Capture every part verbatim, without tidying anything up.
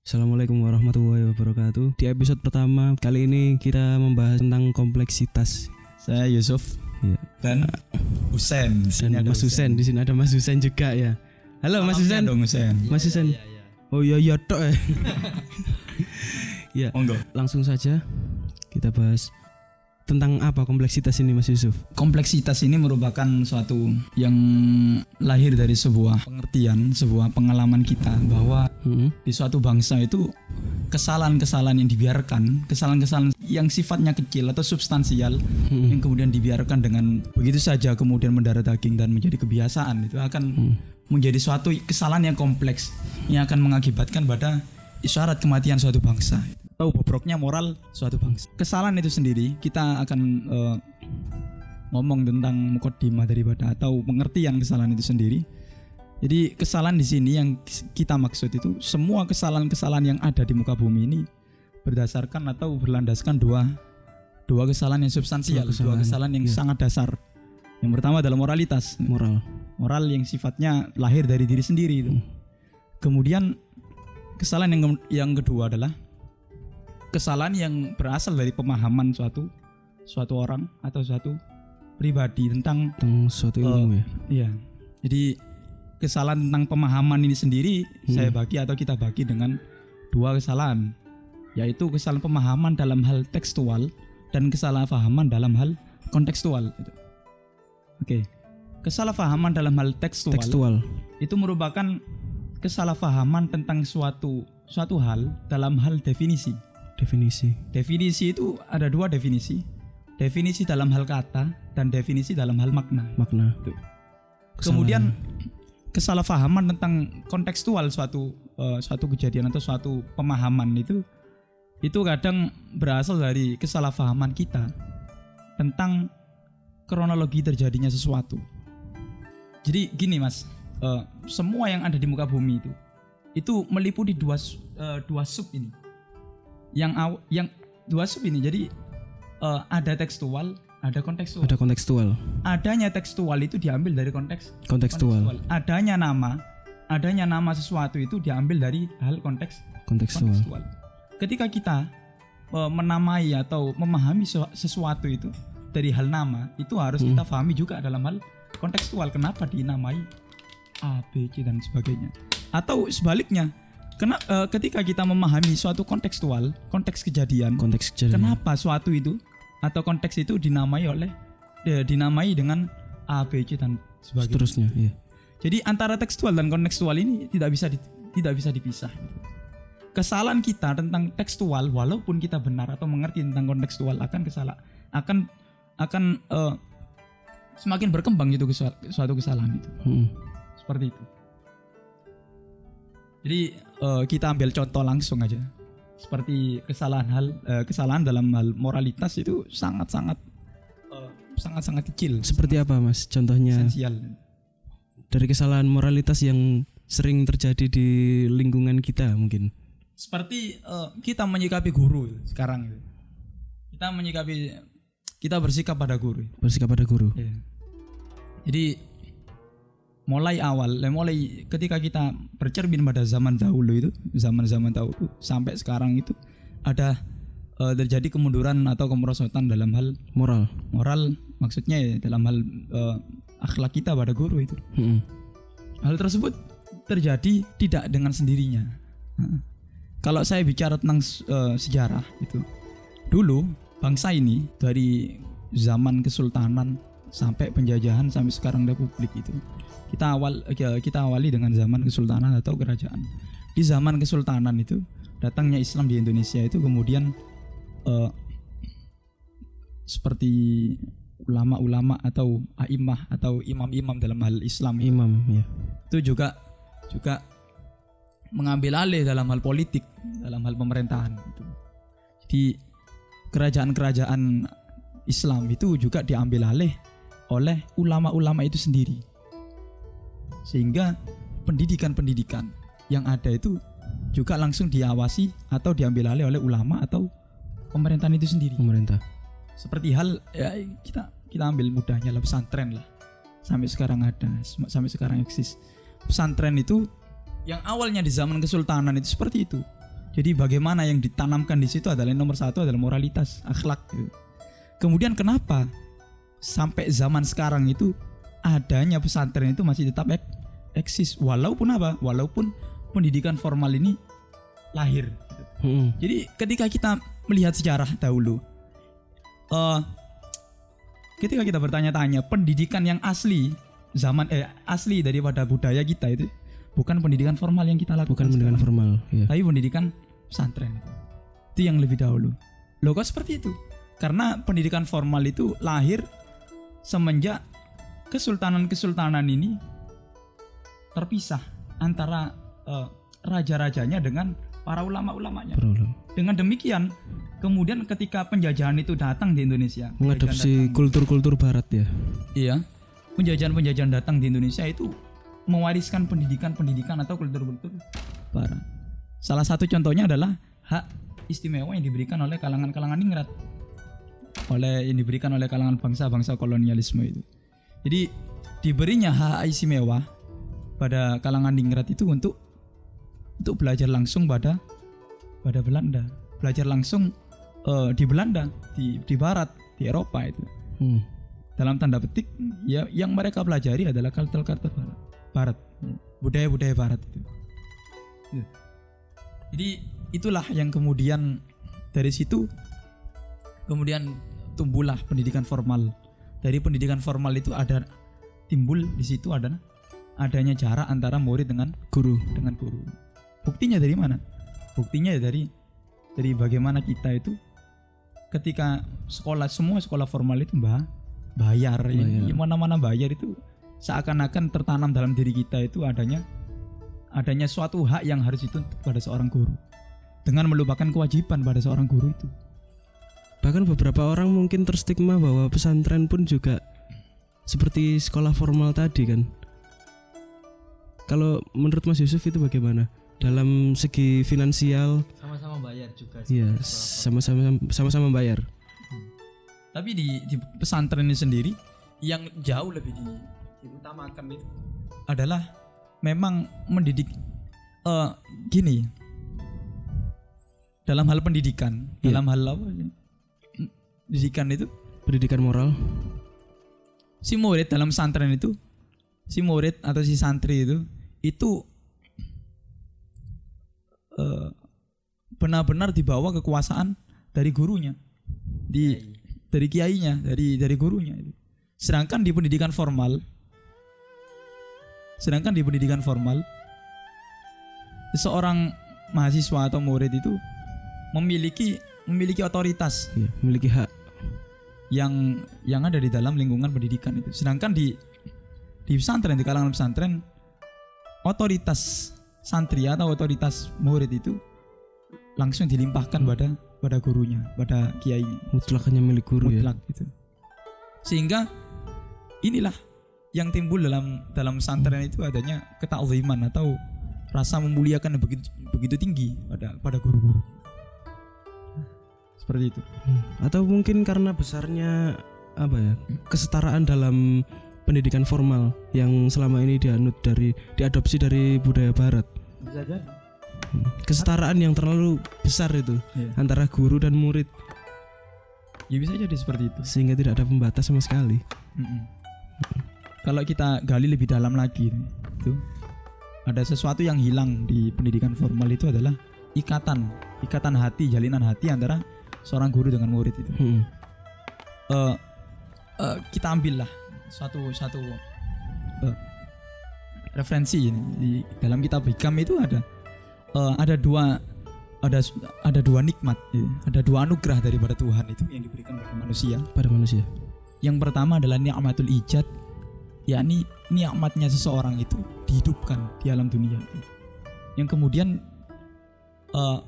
Assalamualaikum warahmatullahi wabarakatuh. Di episode pertama kali ini kita membahas tentang kompleksitas. Saya Yusuf Ya. dan Husen. Dan Mas Husen. Di sini ada Mas Husen juga ya. Halo Mas Husen. Dong Husen. Mas Husen. Oh iya iya tok ya. Ya. Monggo. Langsung saja kita bahas tentang apa kompleksitas ini Mas Yusuf. Kompleksitas ini merupakan suatu yang lahir dari sebuah pengertian, sebuah pengalaman kita bahwa Hmm. di suatu bangsa itu kesalahan-kesalahan yang dibiarkan, kesalahan-kesalahan yang sifatnya kecil atau substansial Hmm. yang kemudian dibiarkan dengan begitu saja kemudian mendarah daging dan menjadi kebiasaan, itu akan Hmm. menjadi suatu kesalahan yang kompleks yang akan mengakibatkan pada isyarat kematian suatu bangsa atau bobroknya moral suatu bangsa. Kesalahan itu sendiri kita akan uh, ngomong tentang mukaddimah daripada atau pengertian kesalahan itu sendiri. Jadi kesalahan di sini yang kita maksud itu semua kesalahan-kesalahan yang ada di muka bumi ini berdasarkan atau berlandaskan dua dua kesalahan yang substansial, Dua kesalahan, dua kesalahan yang iya. sangat dasar. Yang pertama adalah moralitas, Moral. moral yang sifatnya lahir dari diri sendiri itu. Kemudian kesalahan yang yang kedua adalah kesalahan yang berasal dari pemahaman suatu suatu orang atau suatu pribadi tentang Tentang suatu ilmu ya. iya. Jadi kesalahan tentang pemahaman ini sendiri Hmm. saya bagi atau kita bagi dengan dua kesalahan, yaitu kesalahan pemahaman dalam hal tekstual dan kesalahpahaman dalam hal kontekstual. Oke, kesalahpahaman dalam hal tekstual, Tekstual. itu merupakan kesalahpahaman tentang suatu suatu hal dalam hal definisi. Definisi. Definisi itu ada dua definisi. Definisi dalam hal kata dan definisi dalam hal makna. Makna. Kemudian kesalahpahaman tentang kontekstual suatu uh, suatu kejadian atau suatu pemahaman itu itu kadang berasal dari kesalahpahaman kita tentang kronologi terjadinya sesuatu. Jadi gini Mas, uh, semua yang ada di muka bumi itu itu meliputi dua uh, dua sub ini. Yang aw, yang dua sub ini. Jadi uh, ada tekstual, ada kontekstual. Ada kontekstual. Adanya tekstual itu diambil dari konteks Kontekstual. kontekstual. Adanya nama, adanya nama sesuatu itu diambil dari hal konteks Kontekstual. kontekstual. Ketika kita uh, menamai atau memahami sesuatu itu dari hal nama, itu harus Hmm. kita pahami juga dalam hal kontekstual. Kenapa dinamai A, B, C dan sebagainya. Atau sebaliknya, kena, uh, ketika kita memahami suatu kontekstual, konteks kejadian, Konteks kejadian. kenapa suatu itu atau konteks itu dinamai oleh eh, dinamai dengan A, B, C dan sebagainya. Seterusnya, iya. Jadi antara tekstual dan kontekstual ini tidak bisa di, tidak bisa dipisah. Kesalahan kita tentang tekstual, walaupun kita benar atau mengerti tentang kontekstual, akan kesalah akan akan eh, semakin berkembang itu kesal- suatu kesalahan itu. Hmm. Seperti itu. Jadi eh, kita ambil contoh langsung aja. Seperti kesalahan hal eh, kesalahan dalam hal moralitas itu sangat-sangat eh, sangat-sangat kecil, Seperti apa Mas contohnya esensial. dari kesalahan moralitas yang sering terjadi di lingkungan kita mungkin? Seperti eh, kita menyikapi guru sekarang itu. Kita menyikapi kita bersikap pada guru. Bersikap pada guru. Ya. Jadi mulai awal, eh, mulai ketika kita bercermin pada zaman dahulu itu, zaman-zaman dahulu sampai sekarang itu ada eh, terjadi kemunduran atau kemerosotan dalam hal Moral. moral, maksudnya ya, dalam hal eh, akhlak kita pada guru itu. Hmm. Hal tersebut terjadi tidak dengan sendirinya. Nah, kalau saya bicara tentang eh, sejarah itu, dulu bangsa ini dari zaman kesultanan sampai penjajahan sampai sekarang republik itu, kita awal kita awali dengan zaman kesultanan atau kerajaan. Di zaman kesultanan itu datangnya Islam di Indonesia itu kemudian eh, seperti ulama-ulama atau a'immah atau imam-imam dalam hal Islam itu, Imam ya. itu juga juga mengambil alih dalam hal politik, dalam hal pemerintahan gitu. Jadi kerajaan-kerajaan Islam itu juga diambil alih oleh ulama-ulama itu sendiri. Sehingga pendidikan-pendidikan yang ada itu juga langsung diawasi atau diambil alih oleh ulama atau pemerintahan itu sendiri. Pemerintah. Seperti hal ya, kita kita ambil mudahnya lah pesantren lah. Sampai sekarang ada, sampai sekarang eksis. Pesantren itu yang awalnya di zaman kesultanan itu seperti itu. Jadi bagaimana yang ditanamkan di situ adalah nomor satu adalah moralitas, akhlak. Gitu. Kemudian kenapa sampai zaman sekarang itu adanya pesantren itu masih tetap ek, eksis, walaupun apa? Walaupun pendidikan formal ini lahir. Gitu. Hmm. Jadi ketika kita melihat sejarah dahulu, uh, ketika kita bertanya-tanya pendidikan yang asli zaman eh asli daripada budaya kita itu bukan pendidikan formal yang kita lakukan, bukan pendidikan formal, ya. tapi pendidikan pesantren. Itu yang lebih dahulu. Loh kok seperti itu? Karena pendidikan formal itu lahir semenjak kesultanan-kesultanan ini terpisah antara uh, raja-rajanya dengan para ulama-ulamanya. Problem. Dengan demikian, kemudian ketika penjajahan itu datang di Indonesia, mengadopsi kultur-kultur barat ya. Iya. Penjajahan-penjajahan datang di Indonesia itu mewariskan pendidikan-pendidikan atau kultur-kultur barat. Salah satu contohnya adalah hak istimewa yang diberikan oleh kalangan-kalangan ningrat, oleh yang diberikan oleh kalangan bangsa-bangsa kolonialisme itu. Jadi diberinya hak istimewa pada kalangan ningrat itu untuk untuk belajar langsung pada pada Belanda, belajar langsung uh, di Belanda, di di Barat, di Eropa itu. Hmm. Dalam tanda petik, ya yang mereka pelajari adalah kultur-kultur Barat, Barat, budaya-budaya Barat itu. Ya. Jadi itulah yang kemudian dari situ kemudian tumbuhlah pendidikan formal. Dari pendidikan formal itu ada timbul di situ ada adanya jarak antara murid dengan guru. Dengan guru. Buktinya dari mana? Buktinya ya dari dari bagaimana kita itu ketika sekolah, semua sekolah formal itu mbah bayar, bayar. Ya, mana-mana bayar itu seakan-akan tertanam dalam diri kita itu adanya adanya suatu hak yang harus dituntut pada seorang guru dengan melupakan kewajiban pada seorang guru itu. Bahkan beberapa orang mungkin terstigma bahwa pesantren pun juga seperti sekolah formal tadi kan. Kalau menurut Mas Yusuf itu bagaimana? Dalam segi finansial sama-sama bayar juga. Iya, sama-sama sama-sama bayar. Hmm. Tapi di, di pesantren ini sendiri yang jauh lebih di, diutamakan itu adalah memang mendidik uh, gini. Dalam hal pendidikan, yeah. dalam hal apa? Pendidikan itu pendidikan moral. Si murid dalam pesantren itu, si murid atau si santri itu itu uh, benar-benar dibawa kekuasaan dari gurunya, di Kiai. dari kiainya, dari dari gurunya. Sedangkan di pendidikan formal, sedangkan di pendidikan formal, seorang mahasiswa atau murid itu memiliki memiliki otoritas, ya, memiliki hak yang yang ada di dalam lingkungan pendidikan itu. Sedangkan di di pesantren, di kalangan pesantren, otoritas santri atau otoritas murid itu langsung dilimpahkan hmm. pada pada gurunya, pada kiainya. Mutlak hanya milik guru. Mutlak ya. Gitu. Sehingga inilah yang timbul dalam dalam pesantren itu adanya ketakziman atau rasa memuliakan yang begitu begitu tinggi pada pada guru-guru. Seperti itu. Hmm. Atau mungkin karena besarnya apa ya? Kesetaraan dalam pendidikan formal yang selama ini dianut dari diadopsi dari budaya barat. Bisa jadi. Hmm. Kesetaraan yang terlalu besar itu yeah. antara guru dan murid. Ya bisa jadi seperti itu. Sehingga tidak ada pembatas sama sekali. Mm-mm. Mm. Kalau kita gali lebih dalam lagi itu ada sesuatu yang hilang di pendidikan formal itu adalah ikatan, ikatan hati, jalinan hati antara seorang guru dengan murid itu. Hmm. Uh, uh, kita ambillah satu satu uh, referensi ini di dalam kitab Hikam itu ada uh, ada dua ada ada dua nikmat, ya. Ada dua anugerah daripada Tuhan itu yang diberikan kepada manusia. Pada manusia. Yang pertama adalah ni'matul ijad, yakni nikmatnya seseorang itu dihidupkan di alam dunia itu. Yang kemudian uh,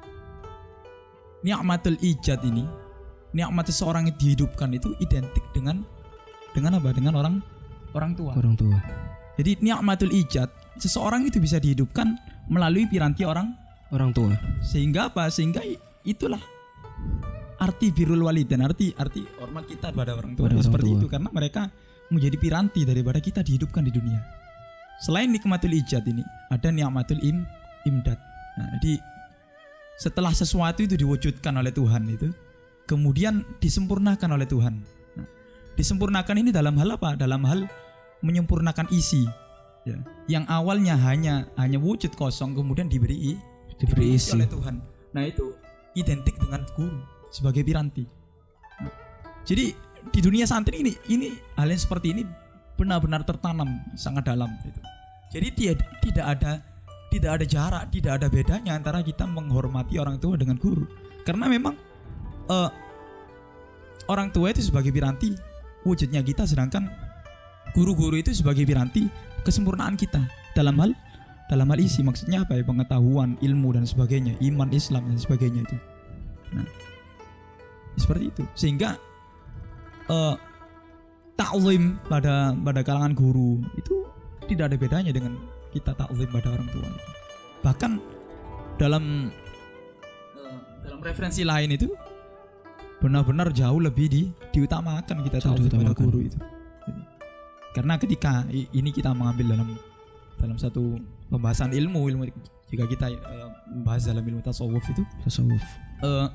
ni'matul ijad ini, nikmat seseorang yang dihidupkan itu identik dengan dengan apa? Dengan orang orang tua. Orang tua. Jadi ni'matul ijad, seseorang itu bisa dihidupkan melalui piranti orang orang tua. Sehingga apa? Sehingga itulah arti birrul walidain, arti arti hormat kita pada orang tua. Pada seperti orang tua. Itu karena mereka menjadi piranti daripada kita dihidupkan di dunia. Selain nikmatul ijad ini, ada ni'matul im imdad. Nah, jadi setelah sesuatu itu diwujudkan oleh Tuhan itu, kemudian disempurnakan oleh Tuhan. Nah, disempurnakan ini dalam hal apa? Dalam hal menyempurnakan isi. Ya. Yang awalnya hanya hanya wujud kosong, kemudian diberi diberi isi oleh Tuhan. Nah itu identik dengan guru sebagai piranti. Nah, jadi di dunia santri ini, ini hal yang seperti ini benar-benar tertanam sangat dalam. Gitu. Jadi tidak tidak ada tidak ada jarak, tidak ada bedanya antara kita menghormati orang tua dengan guru. Karena memang uh, orang tua itu sebagai piranti wujudnya kita, sedangkan guru-guru itu sebagai piranti kesempurnaan kita dalam hal dalam hal isi. Maksudnya apa ya? Pengetahuan, ilmu dan sebagainya, iman, Islam dan sebagainya itu. Nah, seperti itu. Sehingga uh, ta'zim pada pada kalangan guru itu tidak ada bedanya dengan kita ta'zim pada orang tua. Bahkan dalam uh, dalam referensi lain itu benar-benar jauh lebih di, diutamakan kita ta'zim pada guru itu. Karena ketika ini kita mengambil dalam dalam satu pembahasan ilmu ilmu jika kita uh, membahas dalam ilmu tasawuf itu tasawuf uh,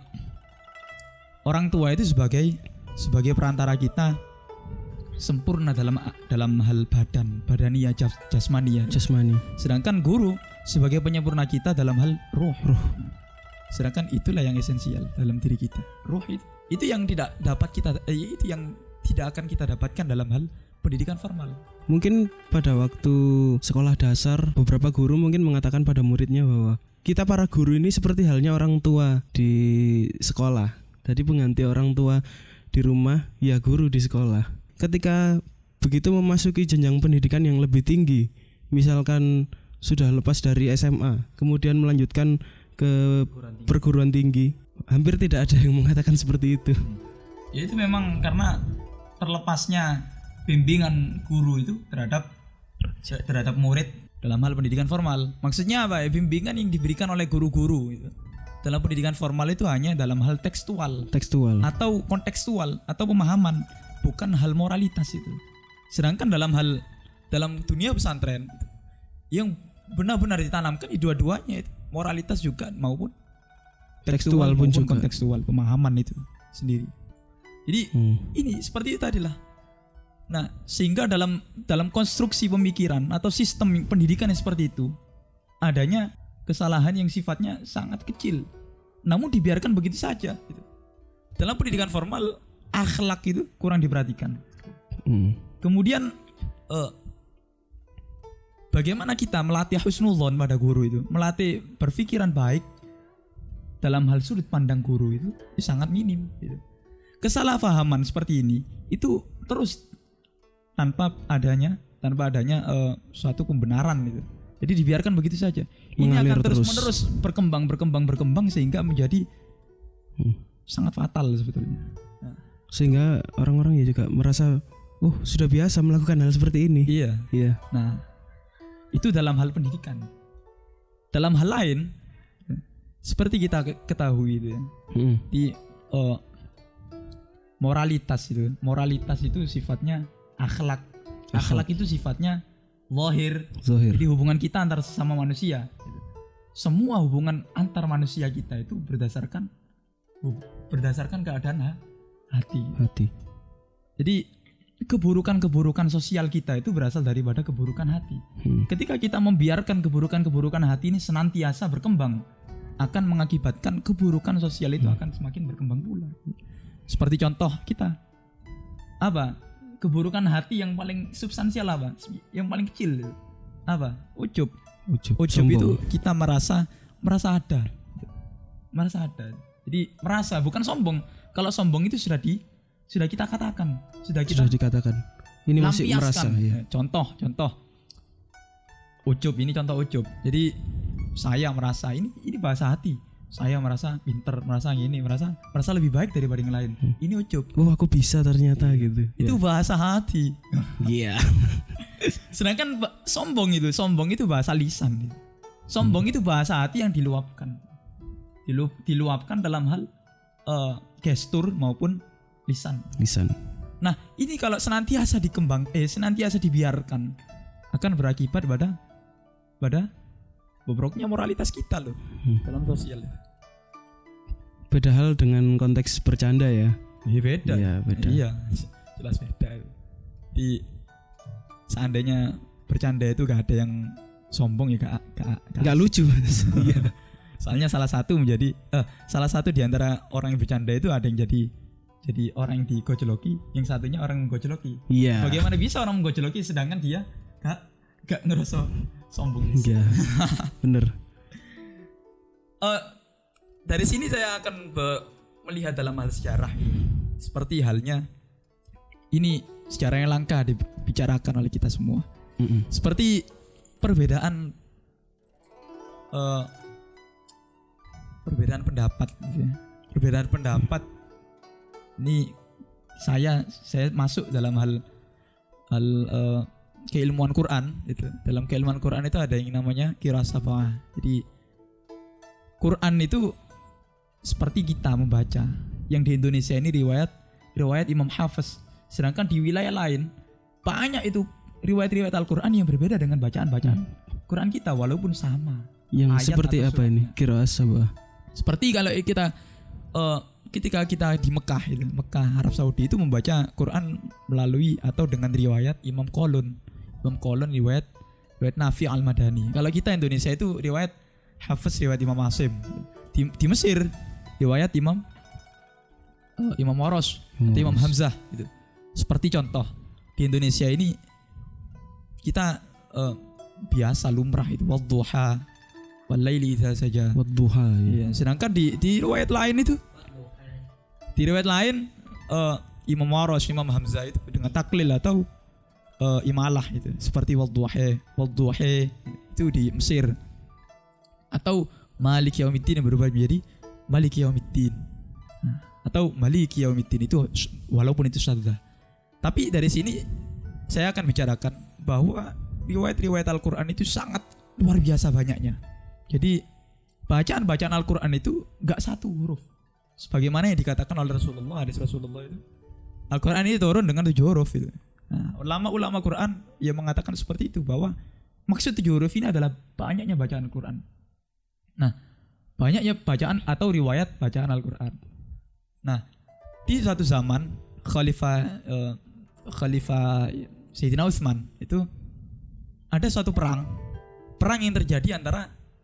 orang tua itu sebagai sebagai perantara kita sempurna dalam dalam hal badan badaniyah jasmaniyah jasmani, sedangkan guru sebagai penyempurna kita dalam hal ruh ruh sedangkan itulah yang esensial dalam diri kita. Ruh itu, itu yang tidak dapat kita eh, itu yang tidak akan kita dapatkan dalam hal pendidikan formal. Mungkin pada waktu sekolah dasar beberapa guru mungkin mengatakan pada muridnya bahwa kita para guru ini seperti halnya orang tua di sekolah. Jadi pengganti orang tua di rumah, ya guru di sekolah. Ketika begitu memasuki jenjang pendidikan yang lebih tinggi, misalkan sudah lepas dari S M A, kemudian melanjutkan ke perguruan tinggi, hampir tidak ada yang mengatakan seperti itu. Ya itu memang karena terlepasnya bimbingan guru itu terhadap terhadap murid dalam hal pendidikan formal. Maksudnya apa ya? Bimbingan yang diberikan oleh guru-guru itu dalam pendidikan formal itu hanya dalam hal tekstual, tekstual atau kontekstual atau pemahaman, bukan hal moralitas itu. Sedangkan dalam hal dalam dunia pesantren yang benar-benar ditanamkan di dua-duanya itu, moralitas juga maupun tekstual, tekstual pun juga kontekstual, pemahaman itu sendiri. Jadi hmm. ini seperti itu tadi lah. Nah, sehingga dalam dalam konstruksi pemikiran atau sistem pendidikan yang seperti itu adanya kesalahan yang sifatnya sangat kecil, namun dibiarkan begitu saja. Gitu. Dalam pendidikan formal, akhlak itu kurang diperhatikan. Hmm. Kemudian, eh, bagaimana kita melatih husnudzon pada guru itu, melatih berpikiran baik dalam hal sudut pandang guru itu, itu sangat minim. Gitu. Kesalahpahaman seperti ini itu terus tanpa adanya tanpa adanya uh, suatu pembenaran gitu. Jadi dibiarkan begitu saja. Ini mengalir akan terus, terus menerus berkembang berkembang berkembang sehingga menjadi hmm. sangat fatal sebetulnya. Nah. Sehingga orang-orang ya juga merasa, oh sudah biasa melakukan hal seperti ini. Iya. Iya. Nah, itu dalam hal pendidikan. Dalam hal lain, seperti kita ketahui itu ya, hmm. di uh, moralitas itu, moralitas itu sifatnya akhlak. Akhlak itu sifatnya zahir. Zahir. Jadi hubungan kita antar sesama manusia. Semua hubungan antar manusia kita itu berdasarkan berdasarkan keadaan hati. Hati. Jadi keburukan-keburukan sosial kita itu berasal daripada keburukan hati. Hmm. Ketika kita membiarkan keburukan-keburukan hati ini senantiasa berkembang, akan mengakibatkan keburukan sosial itu hmm. akan semakin berkembang pula. Seperti contoh kita, apa? Keburukan hati yang paling substansial apa? Yang paling kecil apa? Ujub. Ujub, Ujub itu kita merasa merasa ada, merasa ada. Jadi merasa, bukan sombong. Kalau sombong itu sudah di sudah kita katakan, sudah kita sudah dikatakan. Ini masih merasa. Ya. Contoh, contoh. Ujub ini contoh ujub. Jadi saya merasa ini ini bahasa hati. Saya merasa pinter, merasa gini, merasa merasa lebih baik daripada yang lain. Hmm. Ini ujub. Oh, aku bisa ternyata gitu. Itu ya. Bahasa hati. Iya. Yeah. Sedangkan sombong itu, sombong itu bahasa lisan. Sombong hmm. itu bahasa hati yang diluapkan. Dilu, diluapkan dalam hal uh, gestur maupun lisan. Lisan. Nah, ini kalau senantiasa dikembang, eh senantiasa dibiarkan, akan berakibat pada pada bobroknya moralitas kita loh hmm. dalam sosial. Beda hal dengan konteks bercanda ya. Iya beda. Iya, beda. Iya, jelas beda. Di seandainya bercanda itu gak ada yang sombong ya gak gak, gak, Nggak lucu. Iya. Soalnya salah satu menjadi eh, salah satu di antara orang yang bercanda itu ada yang jadi jadi orang yang digojloki, yang satunya orang yang menggojloki. Iya. Bagaimana bisa orang menggojloki sedangkan dia gak gak ngerasa sombong? Iya. Bener. Uh, dari sini saya akan be- melihat dalam hal sejarah, seperti halnya ini sejarah yang langka dibicarakan oleh kita semua. Mm-mm. Seperti perbedaan uh, perbedaan pendapat gitu ya. Perbedaan pendapat ini saya saya masuk dalam hal hal uh, keilmuan Quran itu. Dalam keilmuan Quran itu ada yang namanya qiraah. Jadi Quran itu seperti kita membaca. Yang di Indonesia ini riwayat riwayat Imam Hafiz. Sedangkan di wilayah lain banyak itu riwayat-riwayat Al-Quran yang berbeda dengan bacaan-bacaan Quran kita walaupun sama. Yang Ayat seperti atau apa ini? Qiraah sabah. Seperti kalau kita uh, ketika kita di Mekah itu, Mekah Arab Saudi itu membaca Quran melalui atau dengan riwayat Imam Qalun. Imam Qalun riwayat riwayat Nafi Al-Madani. Kalau kita Indonesia itu riwayat Hafiz riwayat Imam Asim. Di, di Mesir riwayat Imam uh, Imam Waros atau Imam Hamzah gitu. Seperti contoh di Indonesia ini kita uh, biasa lumrah itu wadduha walaili idza saja wadduha. Ya. Sedangkan di di riwayat lain itu di riwayat lain uh, Imam Waros Imam Hamzah itu dengan taklil atau uh, imalah itu seperti wadduha wadduha itu di Mesir. Atau Maliki Yaumiddin yang berubah menjadi Maliki Yaumiddin. Nah, atau Maliki Yaumiddin itu walaupun itu syadzah. Tapi dari sini saya akan bicarakan bahwa riwayat-riwayat Al-Quran itu sangat luar biasa banyaknya. Jadi bacaan-bacaan Al-Quran itu gak satu huruf. Sebagaimana yang dikatakan oleh Rasulullah, hadis Rasulullah itu. Al-Quran ini turun dengan tujuh huruf itu. Nah, ulama-ulama Quran yang mengatakan seperti itu bahwa maksud tujuh huruf ini adalah banyaknya bacaan Al-Quran. Nah, banyaknya bacaan atau riwayat bacaan Al-Quran. Nah, di suatu zaman Khalifah uh, Khalifah Sayyidina Utsman itu ada suatu perang, perang yang terjadi antara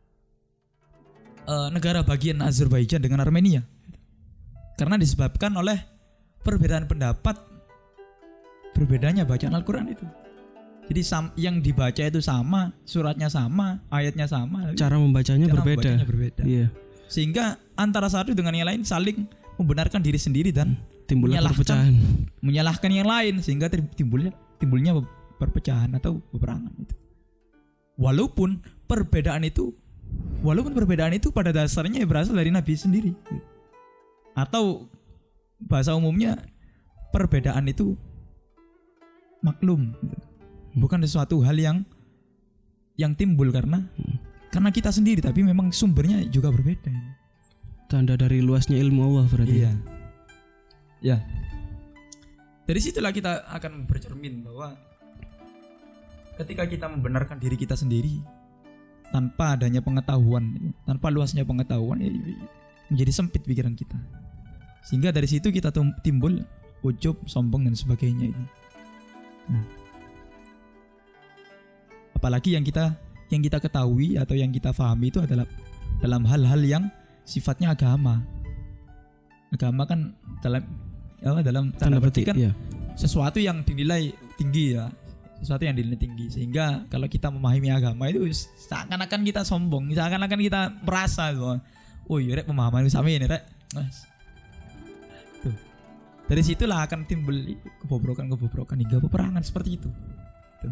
uh, negara bagian Azerbaijan dengan Armenia, karena disebabkan oleh perbedaan pendapat, berbedanya bacaan Al-Quran itu. Jadi sam- yang dibaca itu sama, suratnya sama, ayatnya sama, cara membacanya cara berbeda. membacanya berbeda. Iya. Sehingga antara satu dengan yang lain saling membenarkan diri sendiri dan timbulnya menyalahkan, perpecahan. menyalahkan yang lain sehingga timbulnya timbulnya perpecahan atau peperangan itu. Walaupun perbedaan itu, walaupun perbedaan itu pada dasarnya berasal dari Nabi sendiri, atau bahasa umumnya perbedaan itu maklum. Bukan sesuatu hal yang yang timbul karena hmm. karena kita sendiri, tapi memang sumbernya juga berbeda. Tanda dari luasnya ilmu Allah berarti. Iya. Ya. Dari situlah kita akan bercermin bahwa ketika kita membenarkan diri kita sendiri tanpa adanya pengetahuan, tanpa luasnya pengetahuan, menjadi sempit pikiran kita. Sehingga dari situ kita timbul ujub, sombong dan sebagainya ini. Nah. Apalagi yang kita yang kita ketahui atau yang kita pahami itu adalah dalam hal-hal yang sifatnya agama. Agama kan dalam ya, dalam tanda petik kan iya. Sesuatu yang dinilai tinggi ya, sesuatu yang dinilai tinggi, sehingga kalau kita memahami agama itu seakan-akan kita sombong, seakan-akan kita merasa bahwa oh iya rek pemahaman sama ini rek. Tuh. Dari situlah akan timbul kebobrokan-kebobrokan hingga peperangan seperti itu. Tuh.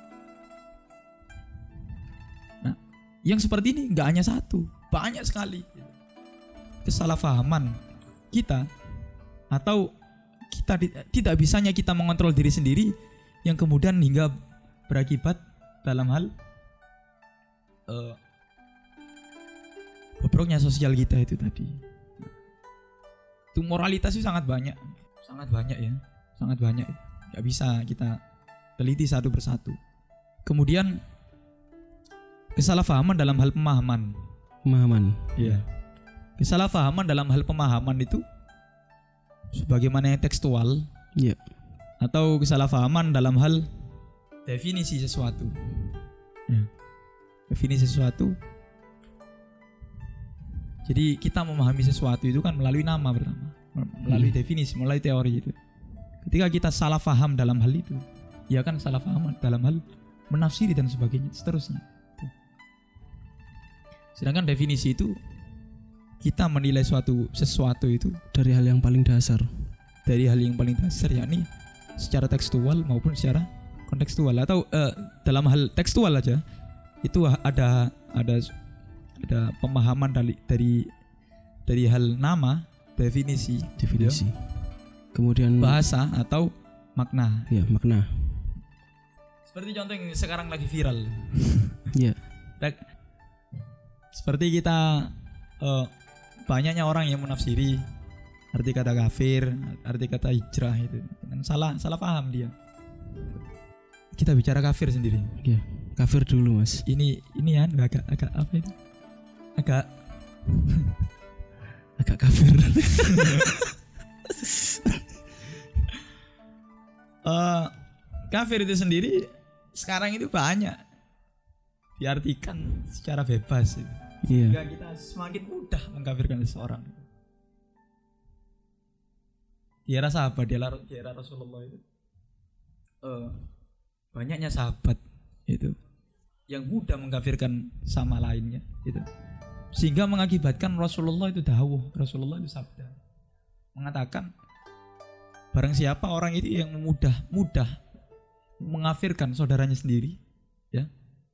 Yang seperti ini nggak hanya satu, banyak sekali kesalahpahaman kita atau kita di, tidak bisanya kita mengontrol diri sendiri yang kemudian hingga berakibat dalam hal uh, bobroknya sosial kita itu tadi. Itu moralitas itu sangat banyak, sangat banyak ya, sangat banyak. Nggak bisa kita teliti satu persatu. Kemudian kesalahpahaman dalam hal pemahaman. Pemahaman. Iya. kesalahpahaman dalam hal pemahaman itu sebagaimana yang tekstual, Iya. atau kesalahpahaman dalam hal definisi sesuatu. Ya. Definisi sesuatu. Jadi kita memahami sesuatu itu kan melalui nama pertama, melalui hmm. definisi, melalui teori itu. Ketika kita salah paham dalam hal itu, ya kan salah paham dalam hal menafsiri dan sebagainya, seterusnya. Sedangkan definisi itu kita menilai suatu sesuatu itu dari hal yang paling dasar. Dari hal yang paling dasar, yakni secara tekstual maupun secara kontekstual. Atau uh, dalam hal tekstual aja itu ada ada ada pemahaman dari dari dari hal nama, definisi, definisi. Ya. Kemudian bahasa atau makna. Ya, makna. Seperti contoh yang sekarang lagi viral. Ya. Seperti kita uh, banyaknya orang yang menafsiri arti kata kafir, arti kata hijrah itu. Dan salah salah paham dia. Kita bicara kafir sendiri. Ya, kafir dulu, Mas. Ini ini ya agak agak apa itu? Agak agak kafir. uh, kafir itu sendiri sekarang itu banyak diartikan secara bebas itu. Iya. Sehingga kita semakin mudah mengkafirkan seseorang. Di era sahabat, di era, di era Rasulullah itu uh, banyaknya sahabat itu yang mudah mengkafirkan sama lainnya itu. Sehingga mengakibatkan Rasulullah itu dawuh, Rasulullah itu sabda mengatakan barang siapa orang itu yang mudah mudah mengkafirkan saudaranya sendiri, ya.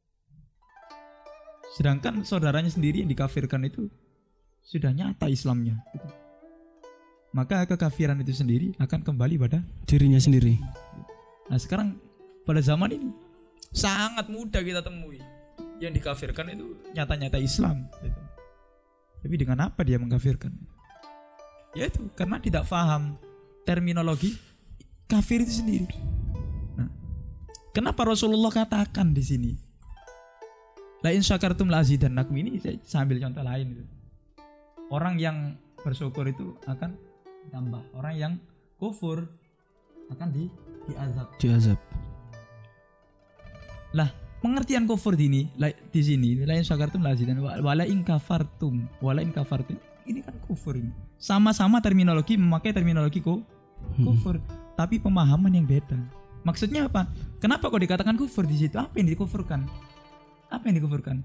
Sedangkan saudaranya sendiri yang dikafirkan itu sudah nyata Islamnya, gitu. Maka kekafiran itu sendiri akan kembali pada dirinya sendiri. Nah sekarang pada zaman ini sangat mudah kita temui yang dikafirkan itu nyata-nyata Islam, gitu. Tapi dengan apa dia mengkafirkan? Ya itu karena tidak paham terminologi kafir itu sendiri. Nah, kenapa Rasulullah katakan di sini? La in syakartum la azidannakum, ini saya sambil contoh lain itu. Orang yang bersyukur itu akan tambah, orang yang kufur akan di diazab. Diazab. Lah, pengertian kufur di ini di sini la in syakartum la azidannakum wala in kafartum, wala in kafartum. Ini kan kufur ini. Sama-sama terminologi memakai terminologi ku, kufur, hmm. tapi pemahaman yang beda. Maksudnya apa? Kenapa kok dikatakan kufur di situ? Apa yang dikufurkan? Apa yang dikufurkan?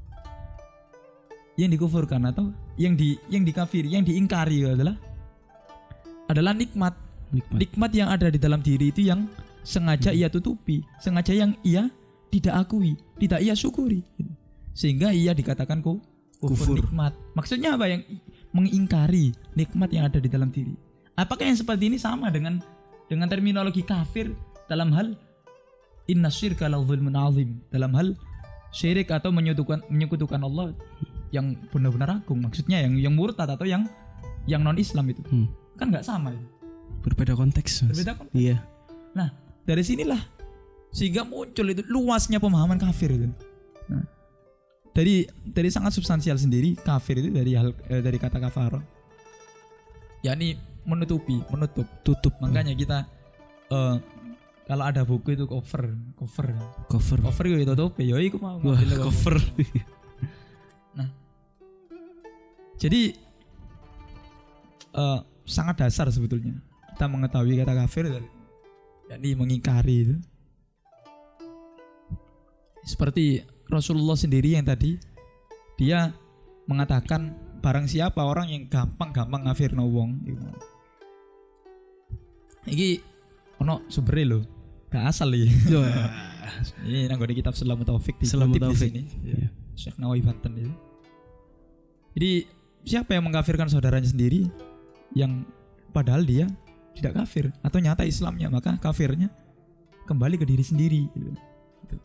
Yang dikufurkan atau yang di yang dikafiri, yang diingkari adalah adalah nikmat. Nikmat. Nikmat yang ada di dalam diri itu yang sengaja hmm. ia tutupi, sengaja yang ia tidak akui, tidak ia syukuri. Sehingga ia dikatakan kufur, kufur nikmat. Maksudnya apa? Yang mengingkari nikmat yang ada di dalam diri. Apakah yang seperti ini sama dengan dengan terminologi kafir dalam hal inna syirka la dzulmun azim, dalam hal syirik atau menyekutukan menyekutukan Allah yang benar-benar agung, maksudnya yang yang murtad atau yang yang non Islam itu hmm. kan nggak sama itu. Berbeda konteks. Mas. Berbeda konteks. Iya. Nah dari sinilah sehingga muncul itu luasnya pemahaman kafir itu. Nah, dari dari sangat substansial sendiri kafir itu dari hal eh, dari kata kafar, yakni menutupi, menutup, tutup. Makanya kita uh, kalau ada buku itu cover, cover, cover, cover itu tutup, ya iku mau Wah, cover. Nah, jadi uh, sangat dasar sebetulnya kita mengetahui kata kafir, yakni mengingkari itu. Seperti Rasulullah sendiri yang tadi dia mengatakan barang siapa orang yang gampang-gampang ngafirno wong iku. Iki ono sumbere lho, gak asal iki. Yo. Ini nang gone kitab Selamat Taufik di Selamat Taufik di sini. Ya. Syekh Nawawi Banten itu. Jadi siapa yang mengkafirkan saudaranya sendiri yang padahal dia tidak kafir atau nyata Islamnya, maka kafirnya kembali ke diri sendiri gitu. Gitu.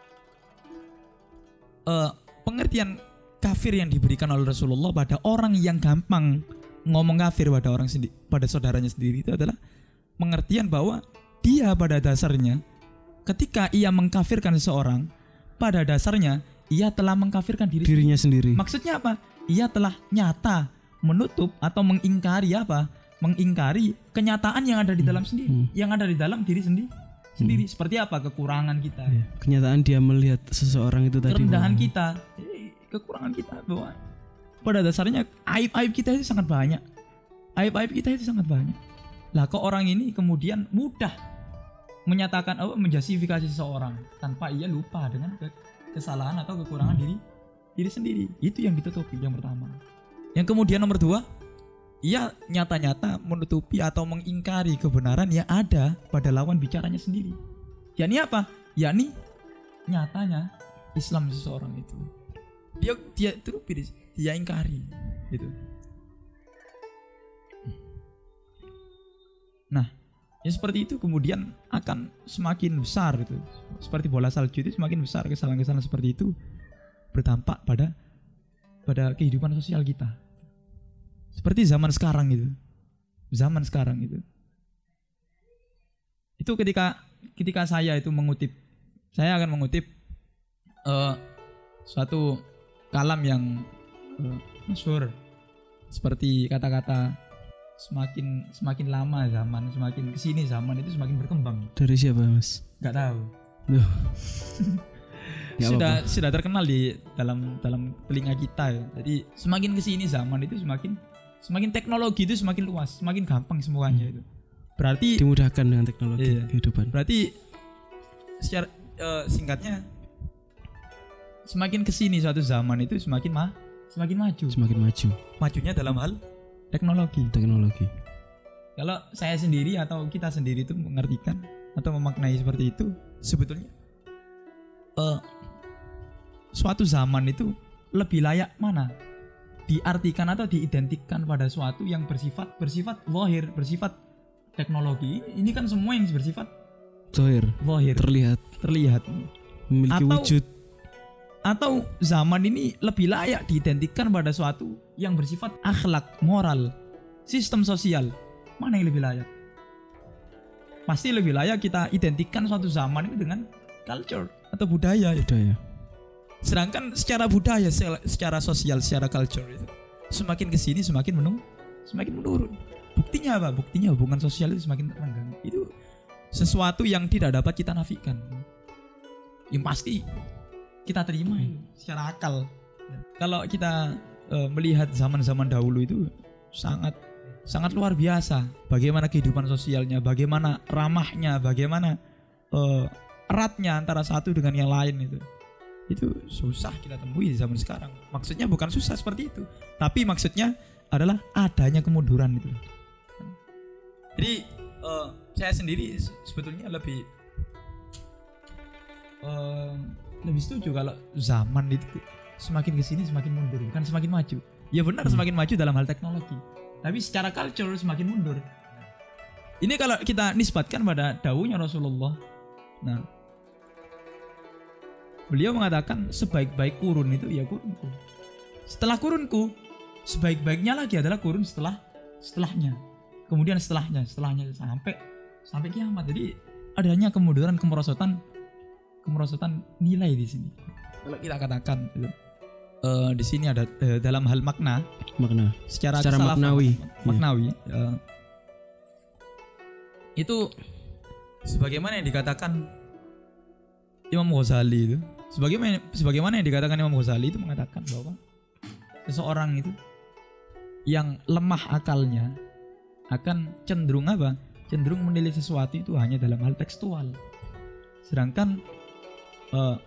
Uh, pengertian kafir yang diberikan oleh Rasulullah pada orang yang gampang ngomong kafir pada orang sendiri, pada saudaranya sendiri itu adalah pengertian bahwa dia pada dasarnya ketika ia mengkafirkan seseorang, pada dasarnya ia telah mengkafirkan diri dirinya sendiri. Maksudnya apa? Ia telah nyata menutup atau mengingkari apa? Mengingkari kenyataan yang ada di dalam sendiri, Hmm. yang ada di dalam diri sendiri. Sendiri seperti apa kekurangan kita, Ya, kenyataan dia melihat seseorang itu tadi. kerendahan bahwa- kita, eh, kekurangan kita, bahwa pada dasarnya aib-aib kita itu sangat banyak. Aib-aib kita itu sangat banyak. Lah kok orang ini kemudian mudah menyatakan apa menjustifikasi seseorang tanpa ia lupa dengan ke- kesalahan atau kekurangan diri diri sendiri. Itu yang ditutupi yang pertama. Yang kemudian nomor dua, ia nyata-nyata menutupi atau mengingkari kebenaran yang ada pada lawan bicaranya sendiri. Yakni apa? Yakni nyatanya Islam seseorang itu. Dia dia tutupi, dia ingkari gitu. Nah, ya seperti itu kemudian akan semakin besar gitu. Seperti bola salju itu semakin besar kesalahan-kesalahan seperti itu berdampak pada pada kehidupan sosial kita. Seperti zaman sekarang gitu. Zaman sekarang itu. Itu ketika ketika saya itu mengutip, saya akan mengutip uh, suatu kalam yang uh, masyhur, seperti kata-kata semakin semakin lama zaman, semakin kesini zaman itu semakin berkembang. Dari siapa, Mas? Gak tahu. Duh. Gak sudah apa-apa. sudah terkenal di dalam dalam telinga kita ya. Jadi semakin kesini zaman itu semakin semakin teknologi itu semakin luas, semakin gampang semuanya itu. Berarti Dimudahkan dengan teknologi Iya. kehidupan. berarti secara eh, singkatnya semakin kesini suatu zaman itu semakin mah semakin maju. Semakin maju Majunya dalam hal teknologi. teknologi. Kalau saya sendiri atau kita sendiri itu mengartikan atau memaknai seperti itu, sebetulnya eh, suatu zaman itu lebih layak mana diartikan atau diidentikan pada suatu yang bersifat bersifat zahir, bersifat teknologi. Ini kan semua yang bersifat Zahir, zahir, terlihat, terlihat. memiliki Atau- wujud. Atau zaman ini lebih layak diidentikan pada suatu yang bersifat akhlak, moral, sistem sosial. Mana yang lebih layak? Pasti lebih layak kita identikan suatu zaman itu dengan culture atau budaya. Budaya. Sedangkan secara budaya, se- secara sosial, secara culture itu semakin kesini semakin menurun, semakin menurun. Buktinya apa? Buktinya hubungan sosial itu semakin renggang. Itu sesuatu yang tidak dapat kita nafikan. Yang pasti kita terima itu secara akal. Kalau kita eh, melihat zaman-zaman dahulu itu sangat sangat luar biasa. Bagaimana kehidupan sosialnya, bagaimana ramahnya, bagaimana eh, eratnya antara satu dengan yang lain itu. Itu susah kita temui di zaman sekarang. Maksudnya bukan susah seperti itu, tapi maksudnya adalah adanya kemunduran itu. Jadi eh, saya sendiri se- sebetulnya lebih eh, lebih setuju kalau zaman itu semakin kesini semakin mundur, bukan semakin maju. Ya benar, semakin maju dalam hal teknologi, tapi secara culture semakin mundur. Ini kalau kita nisbatkan pada dawuhnya Rasulullah. Nah, beliau mengatakan sebaik-baik kurun itu ya kurunku. Setelah kurunku, sebaik-baiknya lagi adalah kurun setelah setelahnya. Kemudian setelahnya, setelahnya sampai sampai kiamat. Jadi adanya kemunduran, kemerosotan, kemerosotan nilai di sini. Kalau kita katakan gitu. Eh, di sini ada eh, dalam hal makna, Makna. secara, Secara kesalahpahaman- maknawi. maknawi eh, itu sebagaimana yang dikatakan Imam Ghazali itu, sebagaimana sebagaimana yang dikatakan Imam Ghazali itu mengatakan bahwa seseorang itu yang lemah akalnya akan cenderung apa? Cenderung menilai sesuatu itu hanya dalam hal tekstual. Sedangkan eh,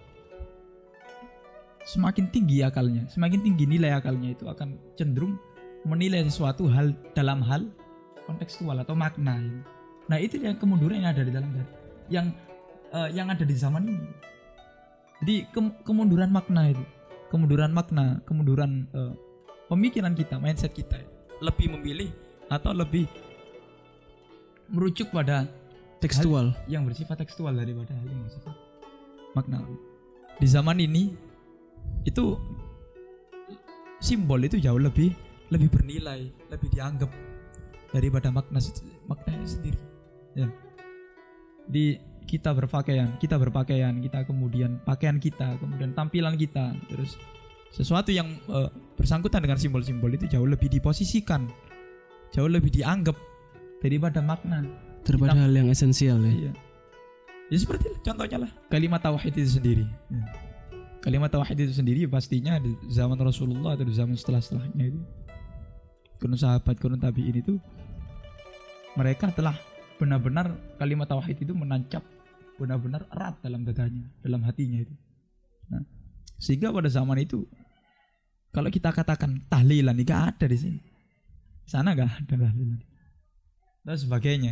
semakin tinggi akalnya, semakin tinggi nilai akalnya itu akan cenderung menilai sesuatu hal dalam hal kontekstual atau makna. Nah, itu yang kemunduran yang ada di dalam yang eh, yang ada di zaman ini. Jadi ke- kemunduran makna itu, kemunduran makna, kemunduran eh, pemikiran kita, mindset kita lebih memilih atau lebih merujuk pada Tekstual. yang bersifat tekstual daripada hal yang bersifat maknawi. Di zaman ini itu simbol itu jauh lebih lebih bernilai, lebih dianggap daripada makna maknanya sendiri. Ya. Di kita berpakaian, kita berpakaian, kita kemudian pakaian kita, kemudian tampilan kita, terus Sesuatu yang uh, bersangkutan dengan simbol-simbol itu jauh lebih diposisikan, jauh lebih dianggap daripada makna, daripada Kita, hal yang esensial ya. Iya. Ya seperti contohnya lah kalimat tauhid itu sendiri. Ya. Kalimat tauhid itu sendiri pastinya di zaman Rasulullah atau di zaman setelah-setelahnya itu, kurun sahabat, kurun tabi'in itu, mereka telah benar-benar kalimat tauhid itu menancap benar-benar erat dalam dadanya, dalam hatinya itu. Nah, sehingga pada zaman itu kalau kita katakan tahlilan, ini gak ada di sini. Sana gak ada tahlilan dan sebagainya.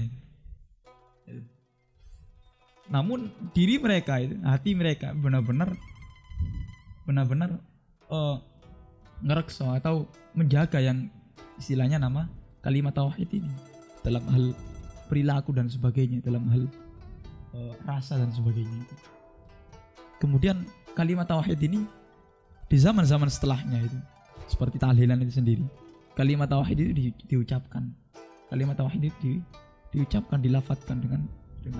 Namun diri mereka itu, hati mereka benar-benar benar-benar uh, ngerekso atau menjaga yang istilahnya nama kalimat tauhid ini dalam hal perilaku dan sebagainya, dalam hal uh, rasa dan sebagainya. Kemudian kalimat tauhid ini di zaman-zaman setelahnya itu seperti tahlilan itu sendiri, kalimat tauhid itu di, diucapkan, kalimat tauhid itu di, diucapkan, dilafadzkan dengan dengan.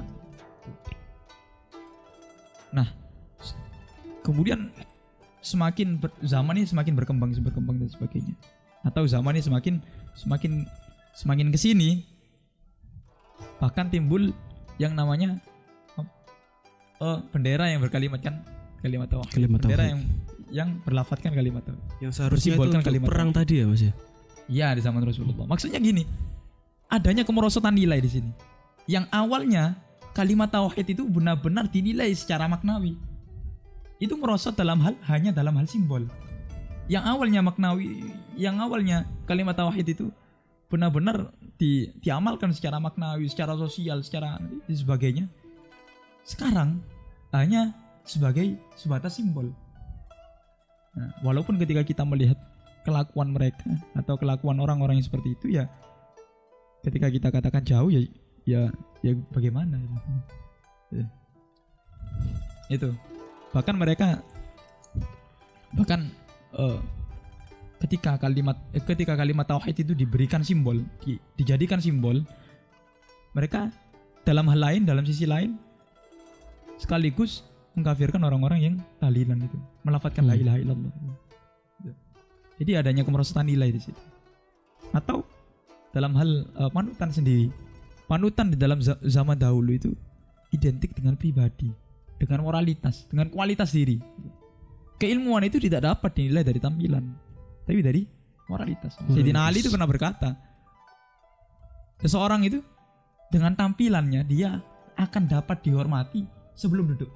Nah, kemudian semakin ber, zaman ini semakin berkembang, berkembang dan sebagainya. Atau zaman ini semakin semakin semakin kesini, bahkan timbul yang namanya uh, bendera yang berkalimatkan kalimat tauhid. Kalimat bendera tauhid. yang yang berlafadzkan kalimat tauhid. Yang seharusnya itu Bersimbolkan untuk kalimat perang tauhid. tadi ya Mas ya. Iya, di zaman Rasulullah. Maksudnya gini, adanya kemerosotan nilai di sini. Yang awalnya kalimat tauhid itu benar-benar dinilai secara maknawi. Itu merosot dalam hal hanya dalam hal simbol. Yang awalnya maknawi, yang awalnya kalimat tauhid itu benar-benar di, diamalkan secara maknawi, secara sosial, secara dan sebagainya. Sekarang hanya sebagai sebatas simbol. Nah, walaupun ketika kita melihat kelakuan mereka atau kelakuan orang-orang yang seperti itu, ya ketika kita katakan jauh, ya ya ya bagaimana ya. Itu bahkan mereka bahkan uh, ketika kalimat eh, ketika kalimat tauhid itu diberikan simbol, di, dijadikan simbol, mereka dalam hal lain, dalam sisi lain sekaligus mengkafirkan orang-orang yang tahlilan itu, melafadzkan hmm. la ilaha illallah. Jadi adanya kemerosotan nilai di situ. Atau dalam hal uh, panutan sendiri, panutan di dalam zaman dahulu itu identik dengan pribadi, dengan moralitas, dengan kualitas diri. Keilmuan itu tidak dapat dinilai dari tampilan, tapi dari moralitas. Sayyidina Ali itu pernah berkata, seseorang itu dengan tampilannya dia akan dapat dihormati sebelum duduk.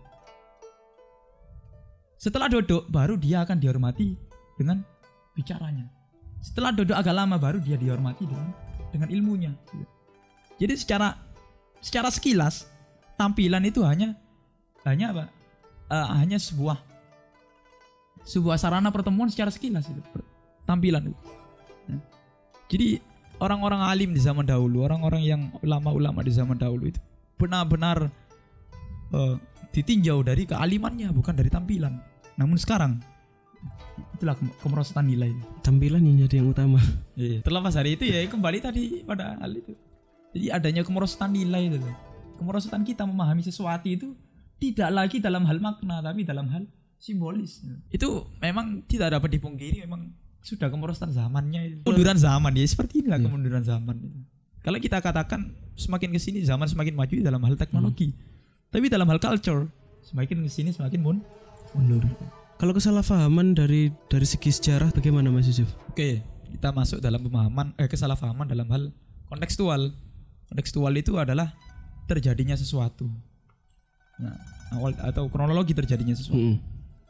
Setelah duduk baru dia akan dihormati dengan bicaranya. Setelah duduk agak lama baru dia dihormati dengan dengan ilmunya. Jadi secara secara sekilas tampilan itu hanya hanya apa? Uh, hanya sebuah sebuah sarana pertemuan secara sekilas itu, tampilan itu. Nah, jadi orang-orang alim di zaman dahulu, orang-orang yang ulama-ulama di zaman dahulu itu benar-benar uh, ditinjau dari kealimannya, bukan dari tampilan. Namun sekarang itulah kemerosotan nilai. Tampilan yang jadi yang utama. Iya. Terlepas dari itu ya kembali tadi pada hal itu. Jadi adanya kemerosotan nilai itu. Kemerosotan kita memahami sesuatu itu tidak lagi dalam hal makna tapi dalam hal simbolis. Itu memang tidak dapat dipungkiri, memang sudah kemerosotan zamannya itu. Kemunduran zaman ya, seperti inilah yeah. kemunduran zaman itu. Kalau kita katakan semakin kesini zaman semakin maju dalam hal teknologi. Hmm. Tapi dalam hal culture semakin kesini semakin mun mundur. Kalau kesalahpahaman dari dari segi sejarah bagaimana Mas Yusuf? Oke, kita masuk dalam pemahaman eh kesalahpahaman dalam hal kontekstual. Kontekstual itu adalah terjadinya sesuatu. Nah, awal atau kronologi terjadinya sesuatu. Hmm.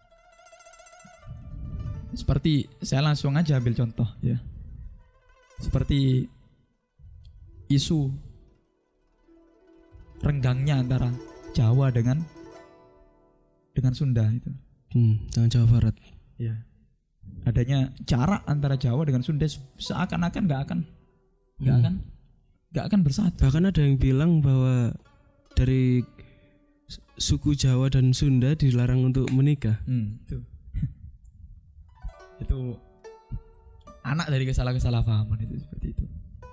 Seperti saya langsung aja ambil contoh ya. Seperti isu renggangnya antara Jawa dengan dengan Sunda itu. Hmm, dengan Jawa Barat. Ya. Adanya jarak antara Jawa dengan Sunda seakan-akan nggak akan nggak hmm. akan nggak akan bersatu. Bahkan ada yang bilang bahwa dari suku Jawa dan Sunda dilarang untuk menikah. Hmm, itu. Itu anak dari kesalah-kesalahpahaman itu seperti itu.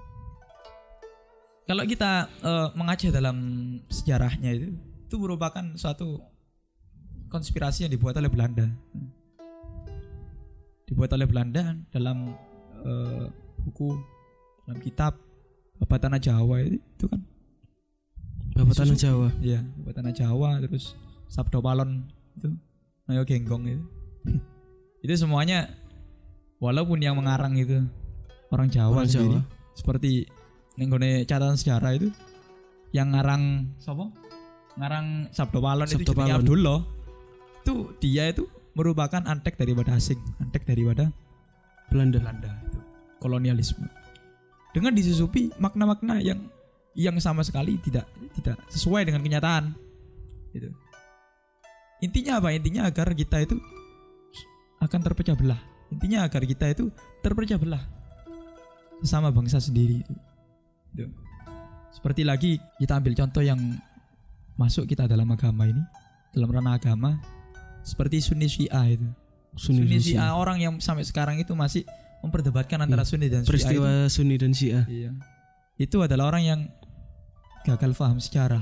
Kalau kita uh, mengaca dalam sejarahnya itu, itu merupakan suatu konspirasi yang dibuat oleh Belanda. dibuat oleh Belanda dalam uh, buku, dalam kitab Bapak Tanah Jawa itu, itu kan Bapak Tanah Jawa. Iya, Bapak Tanah Jawa, terus Sabdo Palon itu, Ayo Genggong itu. Itu semuanya walaupun yang mengarang itu orang Jawa Orang sendiri, Jawa. seperti nenggone catatan sejarah itu yang ngarang siapa? Ngarang Sabdo Palon itu Sabdo Jenenge Palon. Abdullah. Itu dia itu merupakan antek daripada asing, antek daripada Belanda. Belanda itu, kolonialisme. Dengan disusupi makna-makna yang yang sama sekali tidak tidak sesuai dengan kenyataan. Gitu. Intinya apa? Intinya agar kita itu akan terpecah belah. Intinya agar kita itu terpecah belah sesama bangsa sendiri itu. Gitu. Seperti lagi kita ambil contoh yang masuk kita dalam agama ini, dalam ranah agama, seperti Sunni Syiah itu. Sunni, Sunni dan Syiah, Syiah. orang yang sampai sekarang itu masih memperdebatkan antara Iya. Sunni dan Syiah. Peristiwa itu. Sunni dan Syiah. Iya. Itu adalah orang yang gagal paham sejarah.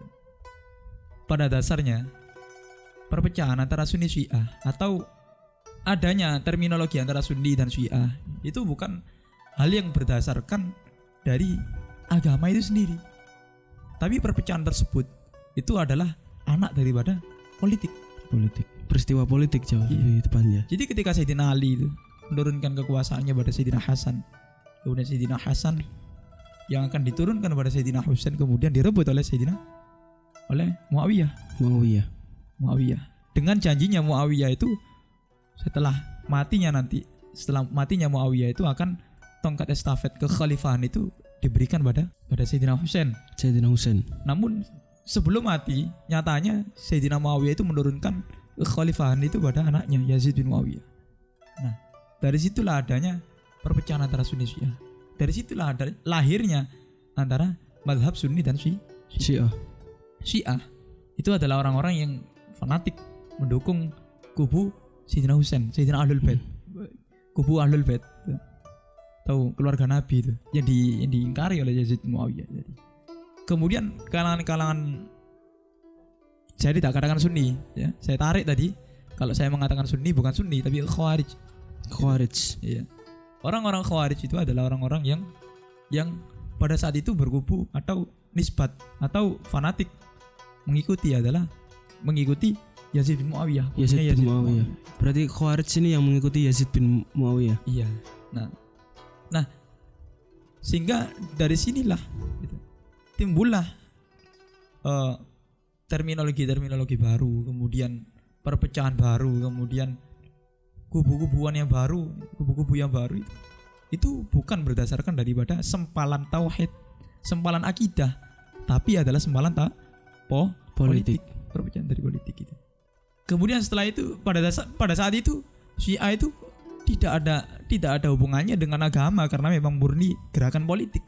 Pada dasarnya perpecahan antara Sunni Syiah atau adanya terminologi antara Sunni dan Syiah itu bukan hal yang berdasarkan dari agama itu sendiri. Tapi perpecahan tersebut itu adalah anak daripada politik. Politik. Peristiwa politik jauh Iya. lebih tepatnya. Jadi ketika Sayyidina Ali itu menurunkan kekuasaannya pada Sayyidina Hasan, kemudian Sayyidina Hasan yang akan diturunkan pada Sayyidina Husain kemudian direbut oleh Sayyidina oleh Muawiyah. Muawiyah. Muawiyah. Dengan janjinya Muawiyah itu setelah matinya nanti, setelah matinya Muawiyah itu akan tongkat estafet kekhalifahan itu diberikan pada pada Sayyidina Husain. Sayyidina Husain. Namun sebelum mati, nyatanya Sayyidina Muawiyah itu menurunkan kekhalifahan itu pada anaknya Yazid bin Muawiyah. Nah, dari situlah adanya perpecahan antara Sunni Syiah. Dari situlah ada lahirnya antara mazhab Sunni dan Syi- Syiah. Syiah. Itu adalah orang-orang yang fanatik mendukung kubu Sayyidina Husain, Sayyidina Ahlul Bait. Kubu Ahlul Bait. Tahu keluarga Nabi itu yang di yang diingkari oleh Yazid bin Muawiyah. Jadi kemudian kalangan-kalangan, saya tidak katakan Sunni ya. Saya tarik tadi, kalau saya mengatakan Sunni bukan Sunni tapi Khawarij. Khawarij. Iya. Orang-orang Khawarij itu adalah orang-orang yang yang pada saat itu berkubu atau nisbat atau fanatik mengikuti adalah mengikuti Yazid bin Muawiyah. Yazid Kubunya bin Muawiyah. Berarti Khawarij ini yang mengikuti Yazid bin Muawiyah. Iya. Nah, nah sehingga dari sinilah gitu, timbullah uh, terminologi-terminologi baru, kemudian perpecahan baru, kemudian kubu-kubuan yang baru, kubu-kubu yang baru itu, itu bukan berdasarkan daripada sempalan tauhid, sempalan akidah, tapi adalah sempalan tak po, politik. Politik. Perpecahan dari politik itu. Kemudian setelah itu pada dasar, pada saat itu Syiah itu tidak ada tidak ada hubungannya dengan agama karena memang murni gerakan politik.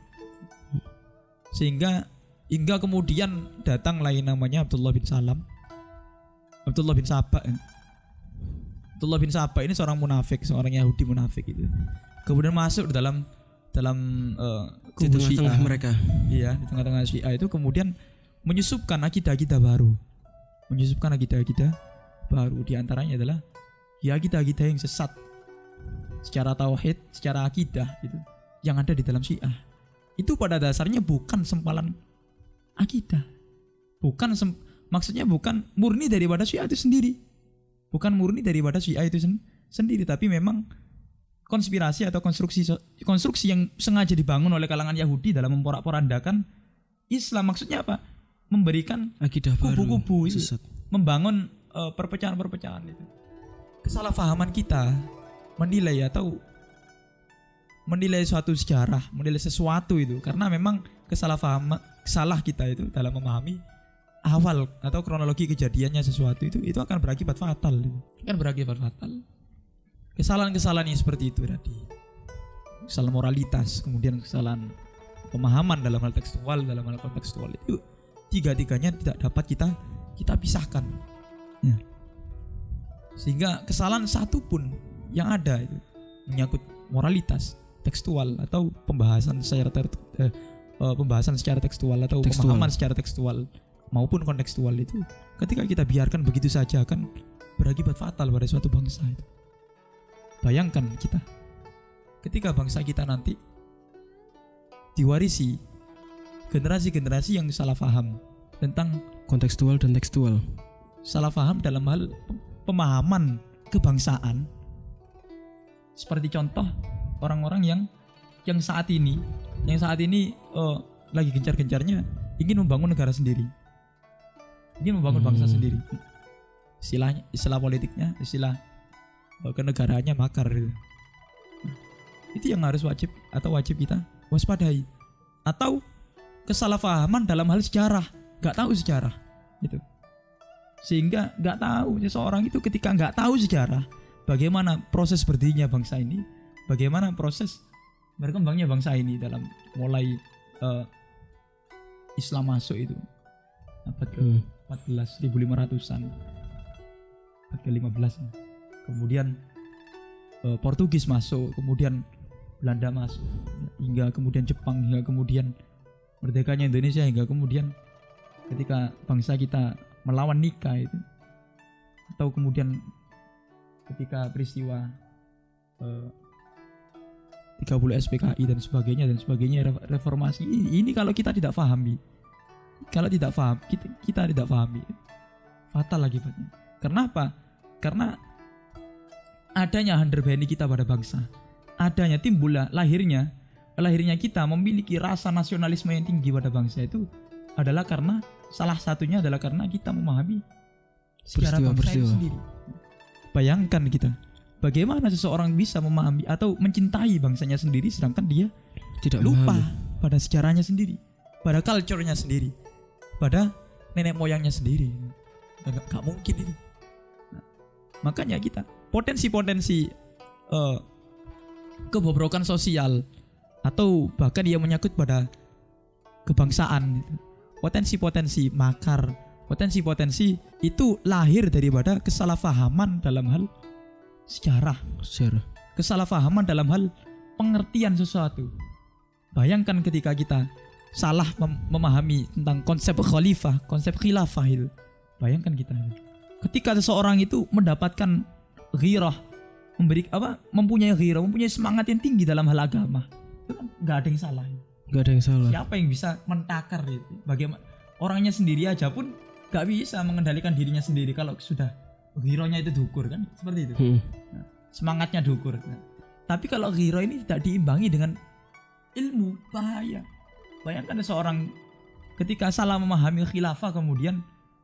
Sehingga hingga kemudian datanglah yang namanya Abdullah bin Salam, Abdullah bin Saba. Ya. Abdullah bin Saba ini seorang munafik, seorang Yahudi munafik itu. Kemudian masuk di dalam dalam uh, Di kubu tengah-tengah Syiah. mereka. Iya, di tengah-tengah Syiah itu kemudian menyusupkan akidah-akidah baru. Menyusupkan akidah-akidah baru, di antaranya adalah ya akidah-akidah yang sesat secara tauhid, secara akidah itu yang ada di dalam Syiah. Itu pada dasarnya bukan sempalan akidah. Bukan sem- maksudnya bukan murni daripada Syiah itu sendiri. Bukan murni daripada Syiah itu sen- sendiri, tapi memang konspirasi atau konstruksi konstruksi yang sengaja dibangun oleh kalangan Yahudi dalam memporak-porandakan Islam. Maksudnya apa? Memberikan Akidah baru. kubu-kubu itu, Sesat. membangun uh, perpecahan-perpecahan itu. Kesalahpahaman kita menilai atau menilai suatu sejarah, menilai sesuatu itu karena memang kesalahpahaman salah kita itu dalam memahami awal atau kronologi kejadiannya sesuatu itu itu akan berakibat fatal. Akan berakibat fatal. Kesalahan-kesalahan yang seperti itu tadi. Kesalahan moralitas, kemudian kesalahan pemahaman dalam hal tekstual, dalam hal kontekstual itu tiga-tiganya tidak dapat kita kita pisahkan. Ya. Sehingga kesalahan satu pun yang ada itu menyangkut moralitas, tekstual atau pembahasan secara ter, eh, pembahasan secara tekstual atau Tekstual. pemahaman secara tekstual maupun kontekstual itu ketika kita biarkan begitu saja akan berakibat fatal pada suatu bangsa itu. Bayangkan kita, ketika bangsa kita nanti diwarisi generasi-generasi yang salah paham tentang kontekstual dan tekstual. Salah paham dalam hal pemahaman kebangsaan. Seperti contoh orang-orang yang yang saat ini, yang saat ini uh, lagi gencar-gencarnya ingin membangun negara sendiri, ingin membangun hmm. bangsa sendiri. Istilahnya, istilah politiknya, istilah uh, kenegaraannya makar. Gitu. Nah, itu yang harus wajib atau wajib kita waspadai. Atau kesalahpahaman dalam hal sejarah, nggak tahu sejarah, gitu. Sehingga nggak tahu seseorang itu ketika nggak tahu sejarah, bagaimana proses berdirinya bangsa ini, bagaimana proses berkembangnya bangsa ini dalam mulai uh, Islam masuk itu abad ke empat belas seribu lima ratusan, abad ke lima belas, kemudian uh, Portugis masuk, kemudian Belanda masuk, hingga kemudian Jepang, hingga kemudian merdekanya Indonesia, hingga kemudian ketika bangsa kita melawan nikah itu, atau kemudian ketika peristiwa uh, tiga puluh S P K I dan sebagainya dan sebagainya, reformasi ini, ini kalau kita tidak pahami, kalau tidak paham kita, kita tidak pahami, fatal akibatnya. Kenapa? Karena adanya handerbeni kita pada bangsa, adanya timbullah lahirnya lahirnya kita memiliki rasa nasionalisme yang tinggi pada bangsa itu adalah karena salah satunya adalah karena kita memahami sejarah bangsa itu sendiri. Bayangkan kita, bagaimana seseorang bisa memahami atau mencintai bangsanya sendiri sedangkan dia tidak lupa memahami pada sejarahnya sendiri, pada culture-nya sendiri, pada nenek moyangnya sendiri. Gak, gak mungkin itu. Nah, makanya kita potensi-potensi uh, kebobrokan sosial atau bahkan yang menyangkut pada kebangsaan gitu. Potensi-potensi makar, potensi-potensi itu lahir daripada kesalahpahaman dalam hal sejarah, sejarah. Kesalahpahaman dalam hal pengertian sesuatu. Bayangkan ketika kita salah mem- memahami tentang konsep khalifah, konsep khilafah itu. Bayangkan kita, ketika seseorang itu mendapatkan ghirah, memberi apa, mempunyai ghirah, mempunyai semangat yang tinggi dalam hal agama, itu kan nggak ada yang salah. Gak ada yang salah. Siapa yang bisa mentakar itu? Bagaimana orangnya sendiri aja pun gak bisa mengendalikan dirinya sendiri kalau sudah ghirahnya itu dukur kan, seperti itu. Hmm. Nah, semangatnya dukur. Nah, tapi kalau ghirah ini tidak diimbangi dengan ilmu, bahaya. Bayangkan seorang ketika salah memahami khilafah, kemudian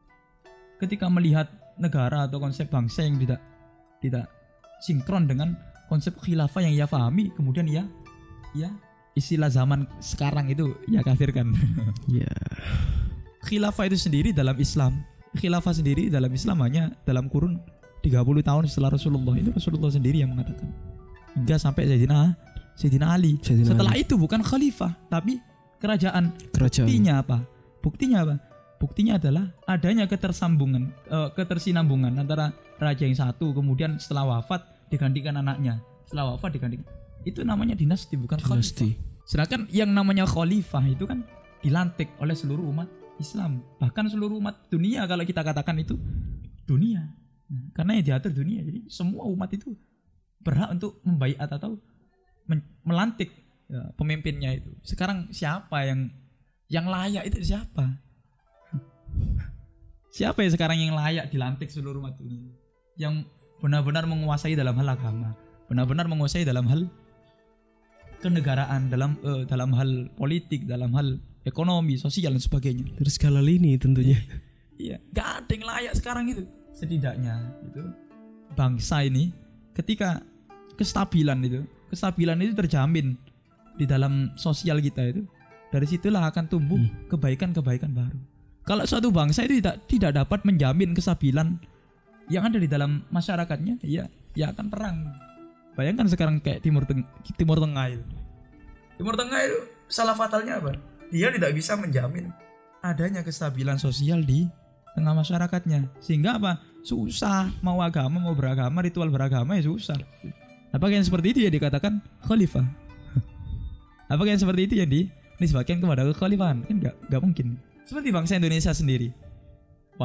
ketika melihat negara atau konsep bangsa yang tidak tidak sinkron dengan konsep khilafah yang ia pahami, kemudian ia ia istilah zaman sekarang itu ya kafirkan. Ya. Yeah. Khilafah itu sendiri dalam Islam, khilafah sendiri dalam Islam hanya dalam kurun tiga puluh tahun setelah Rasulullah. Itu Rasulullah sendiri yang mengatakan. Hingga sampai Sayyidina Sayyidina Ali. Sayyidina Setelah Ali. Itu bukan khalifah tapi kerajaan. Kerajaan. Buktinya apa? Buktinya apa? Buktinya adalah adanya ketersambungan, uh, ketersinambungan antara raja yang satu, kemudian setelah wafat digantikan anaknya. Setelah wafat digantikan. Itu namanya dinasti, bukan dinasti. Khalifah. Sedangkan yang namanya khalifah itu kan dilantik oleh seluruh umat Islam, bahkan seluruh umat dunia kalau kita katakan itu dunia. Nah, karena yang diatur dunia, jadi semua umat itu berhak untuk membaiat atau men- melantik ya, pemimpinnya itu. Sekarang siapa yang yang layak itu siapa? Siapa yang sekarang yang layak dilantik seluruh umat dunia? Yang benar-benar menguasai dalam hal agama, benar-benar menguasai dalam hal kenegaraan, dalam uh, dalam hal politik, dalam hal ekonomi, sosial dan sebagainya. Dari segala lini tentunya. Iya, gak ada yang layak sekarang itu. Setidaknya itu bangsa ini ketika kestabilan itu, kestabilan itu terjamin di dalam sosial kita itu, dari situlah akan tumbuh hmm. kebaikan-kebaikan baru. Kalau suatu bangsa itu tidak tidak dapat menjamin kestabilan yang ada di dalam masyarakatnya, ya ya akan perang. Bayangkan sekarang kayak Timur Teng- Timur Tengah itu. Timur Tengah itu salah fatalnya apa? Dia tidak bisa menjamin adanya kestabilan sosial di tengah masyarakatnya. Sehingga apa? Susah mau agama, mau beragama, ritual beragama ya susah. Apakah yang seperti itu yang dikatakan khalifah? Apakah yang seperti itu yang dinisbatkan kepada kekhalifahan? Kan enggak, enggak mungkin. Seperti bangsa Indonesia sendiri.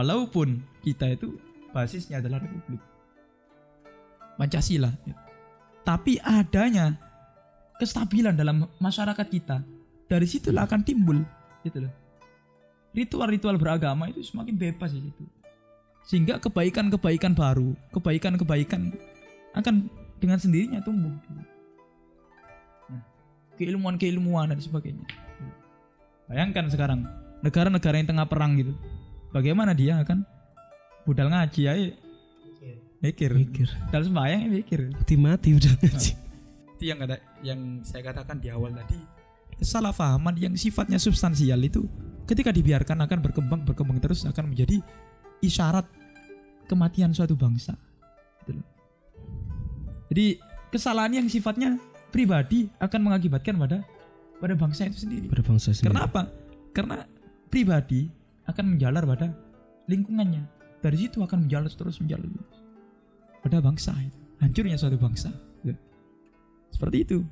Walaupun kita itu basisnya adalah republik Pancasila. tapi adanya kestabilan dalam masyarakat kita, dari situlah akan timbul gitu loh. Ritual-ritual beragama itu semakin bebas di situ. Sehingga kebaikan-kebaikan baru, kebaikan-kebaikan akan dengan sendirinya tumbuh. Nah, keilmuan-keilmuan dan sebagainya. Bayangkan sekarang negara-negara yang tengah perang gitu, bagaimana dia akan budal ngaji aja mikir, Mikir. dalam sembahyang ya mikir. Mati-mati udah ngaji. Itu yang ada, yang saya katakan di awal tadi, kesalahpahaman yang sifatnya substansial itu ketika dibiarkan akan berkembang berkembang terus akan menjadi isyarat kematian suatu bangsa. Gitu loh. Jadi kesalahan yang sifatnya pribadi akan mengakibatkan pada pada bangsa itu sendiri. Pada bangsa sendiri. Karena apa? Karena pribadi akan menjalar pada lingkungannya. Dari situ akan menjalar terus menjalar pada bangsa itu. Hancurnya suatu bangsa. Ya. Seperti itu.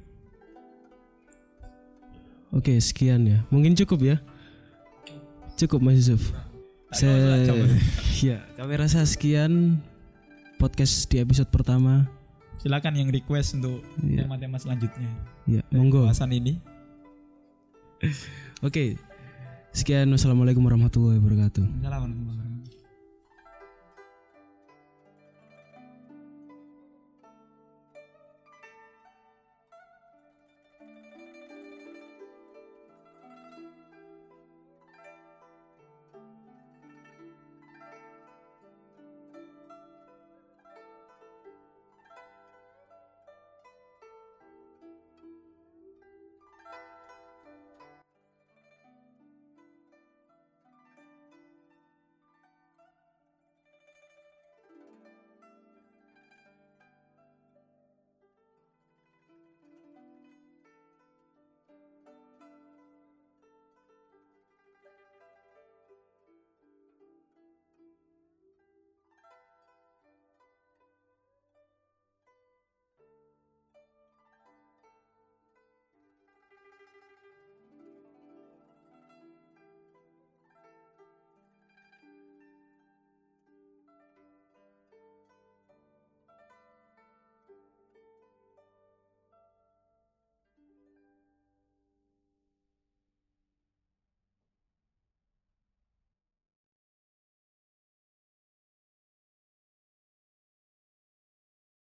Oke, sekian ya. Mungkin cukup ya. Cukup Mas Yusuf. Saya ya, kami rasa sekian podcast di episode pertama. Silakan yang request untuk Ya. tema-tema selanjutnya. Ya, monggo. Bahasan ini. Oke. Sekian, wassalamualaikum warahmatullahi wabarakatuh. Assalamualaikum warahmatullahi wabarakatuh.